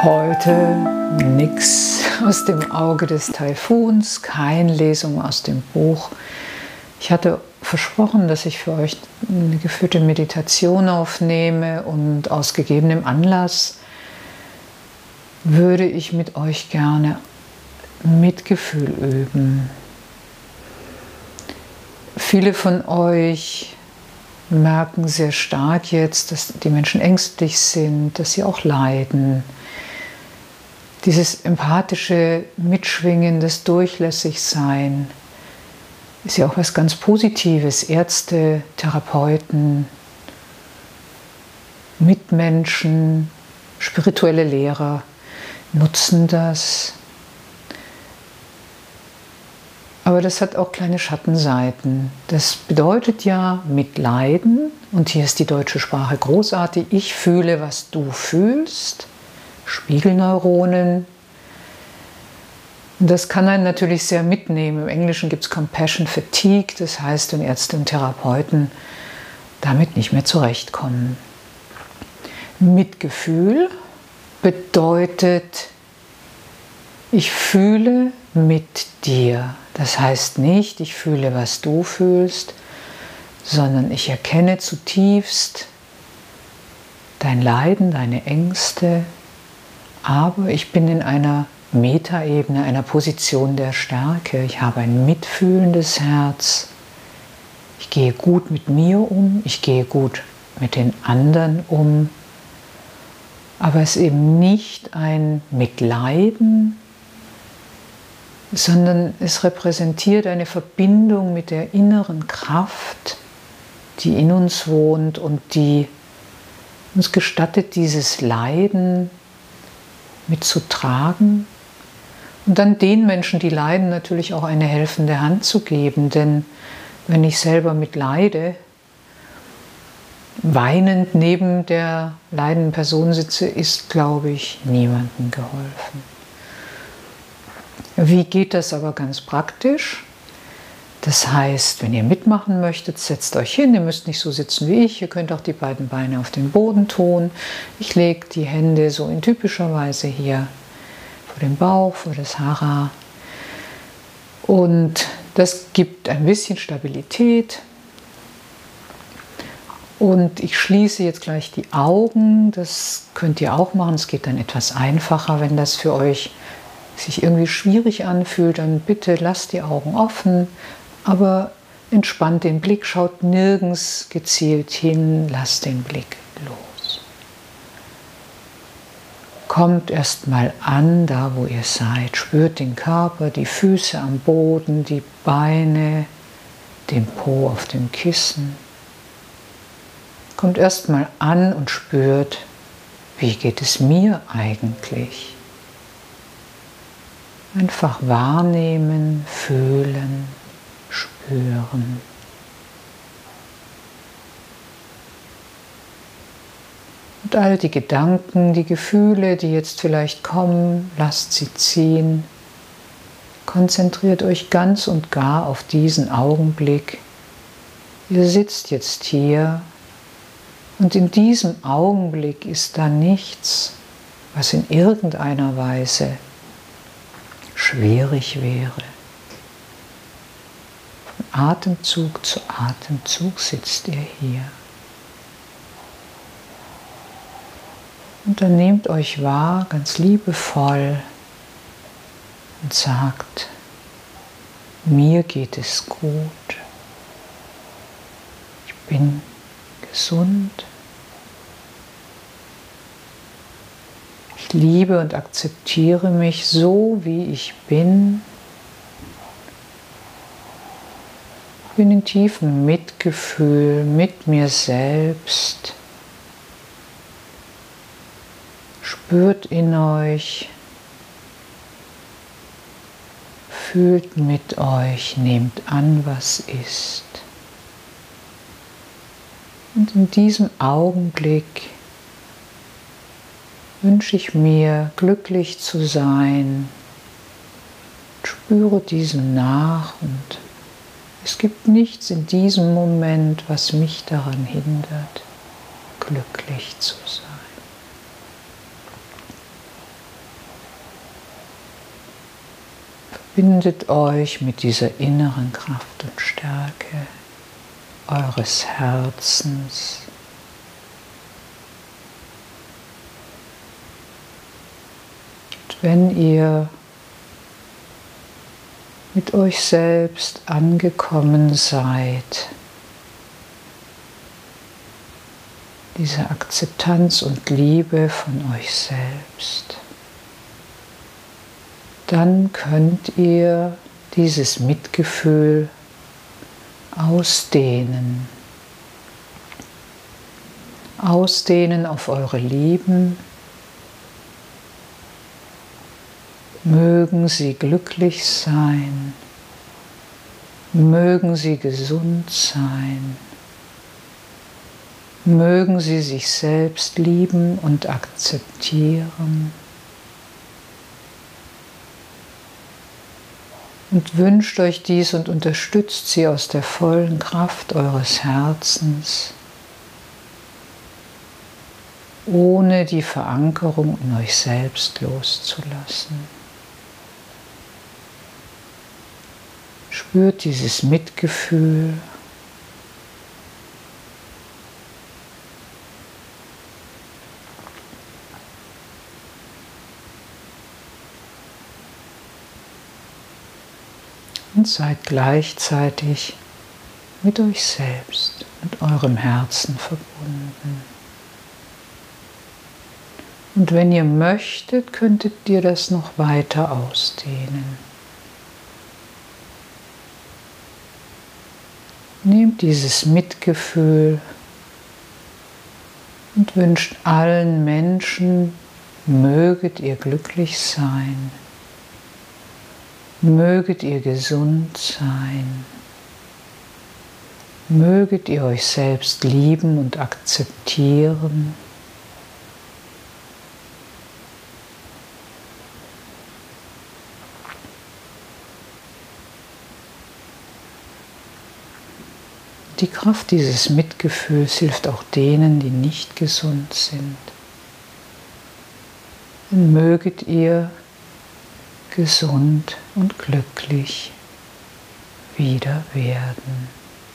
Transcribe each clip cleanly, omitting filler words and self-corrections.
Heute nichts aus dem Auge des Taifuns, keine Lesung aus dem Buch. Ich hatte versprochen, dass ich für euch eine geführte Meditation aufnehme und aus gegebenem Anlass würde ich mit euch gerne Mitgefühl üben. Viele von euch merken sehr stark jetzt, dass die Menschen ängstlich sind, dass sie auch leiden. Dieses empathische Mitschwingen, das Durchlässigsein ist ja auch was ganz Positives. Ärzte, Therapeuten, Mitmenschen, spirituelle Lehrer nutzen das. Aber das hat auch kleine Schattenseiten. Das bedeutet ja mitleiden, und hier ist die deutsche Sprache großartig, ich fühle, was du fühlst, Spiegelneuronen. Und das kann einen natürlich sehr mitnehmen. Im Englischen gibt es Compassion Fatigue, das heißt, wenn Ärzte und Therapeuten damit nicht mehr zurechtkommen. Mitgefühl bedeutet, ich fühle mit dir. Das heißt nicht, ich fühle, was du fühlst, sondern ich erkenne zutiefst dein Leiden, deine Ängste, aber ich bin in einer Metaebene, einer Position der Stärke. Ich habe ein mitfühlendes Herz. Ich gehe gut mit mir um, ich gehe gut mit den anderen um, aber es ist eben nicht ein Mitleiden, sondern es repräsentiert eine Verbindung mit der inneren Kraft, die in uns wohnt und die uns gestattet, dieses Leiden mitzutragen und dann den Menschen, die leiden, natürlich auch eine helfende Hand zu geben. Denn wenn ich selber mitleide, weinend neben der leidenden Person sitze, ist, glaube ich, niemandem geholfen. Wie geht das aber ganz praktisch? Das heißt, wenn ihr mitmachen möchtet, setzt euch hin. Ihr müsst nicht so sitzen wie ich. Ihr könnt auch die beiden Beine auf den Boden tun. Ich lege die Hände so in typischer Weise hier vor dem Bauch, vor das Hara. Und das gibt ein bisschen Stabilität. Und ich schließe jetzt gleich die Augen. Das könnt ihr auch machen. Es geht dann etwas einfacher, wenn das für euch sich irgendwie schwierig anfühlt, dann bitte lasst die Augen offen, aber entspannt den Blick, schaut nirgends gezielt hin, lasst den Blick los. Kommt erstmal an, da wo ihr seid, spürt den Körper, die Füße am Boden, die Beine, den Po auf dem Kissen. Kommt erstmal an und spürt, wie geht es mir eigentlich? Einfach wahrnehmen, fühlen, spüren. Und all die Gedanken, die Gefühle, die jetzt vielleicht kommen, lasst sie ziehen. Konzentriert euch ganz und gar auf diesen Augenblick. Ihr sitzt jetzt hier und in diesem Augenblick ist da nichts, was in irgendeiner Weise schwierig wäre. Von Atemzug zu Atemzug sitzt ihr hier. Und dann nehmt euch wahr, ganz liebevoll, und sagt, mir geht es gut. Ich bin gesund. Ich liebe und akzeptiere mich so, wie ich bin. Ich bin in tiefem Mitgefühl mit mir selbst. Spürt in euch, fühlt mit euch, nehmt an, was ist. Und in diesem Augenblick wünsche ich mir, glücklich zu sein. Spüre diesem nach und es gibt nichts in diesem Moment, was mich daran hindert, glücklich zu sein. Verbindet euch mit dieser inneren Kraft und Stärke eures Herzens. Und wenn ihr mit euch selbst angekommen seid, diese Akzeptanz und Liebe von euch selbst, dann könnt ihr dieses Mitgefühl ausdehnen. Ausdehnen auf eure Lieben. Mögen sie glücklich sein. Mögen sie gesund sein. Mögen sie sich selbst lieben und akzeptieren. Und wünscht euch dies und unterstützt sie aus der vollen Kraft eures Herzens, ohne die Verankerung in euch selbst loszulassen. Spürt dieses Mitgefühl. Und seid gleichzeitig mit euch selbst, mit eurem Herzen verbunden. Und wenn ihr möchtet, könntet ihr das noch weiter ausdehnen. Nehmt dieses Mitgefühl und wünscht allen Menschen, möget ihr glücklich sein. Möget ihr gesund sein. Möget ihr euch selbst lieben und akzeptieren. Die Kraft dieses Mitgefühls hilft auch denen, die nicht gesund sind. Dann möget ihr gesund und glücklich wieder werden.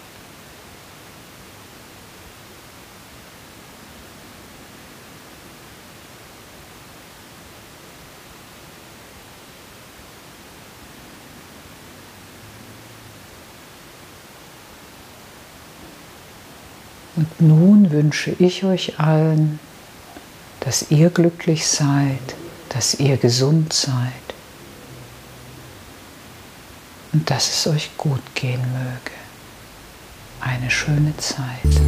Und nun wünsche ich euch allen, dass ihr glücklich seid, dass ihr gesund seid. Und dass es euch gut gehen möge. Eine schöne Zeit.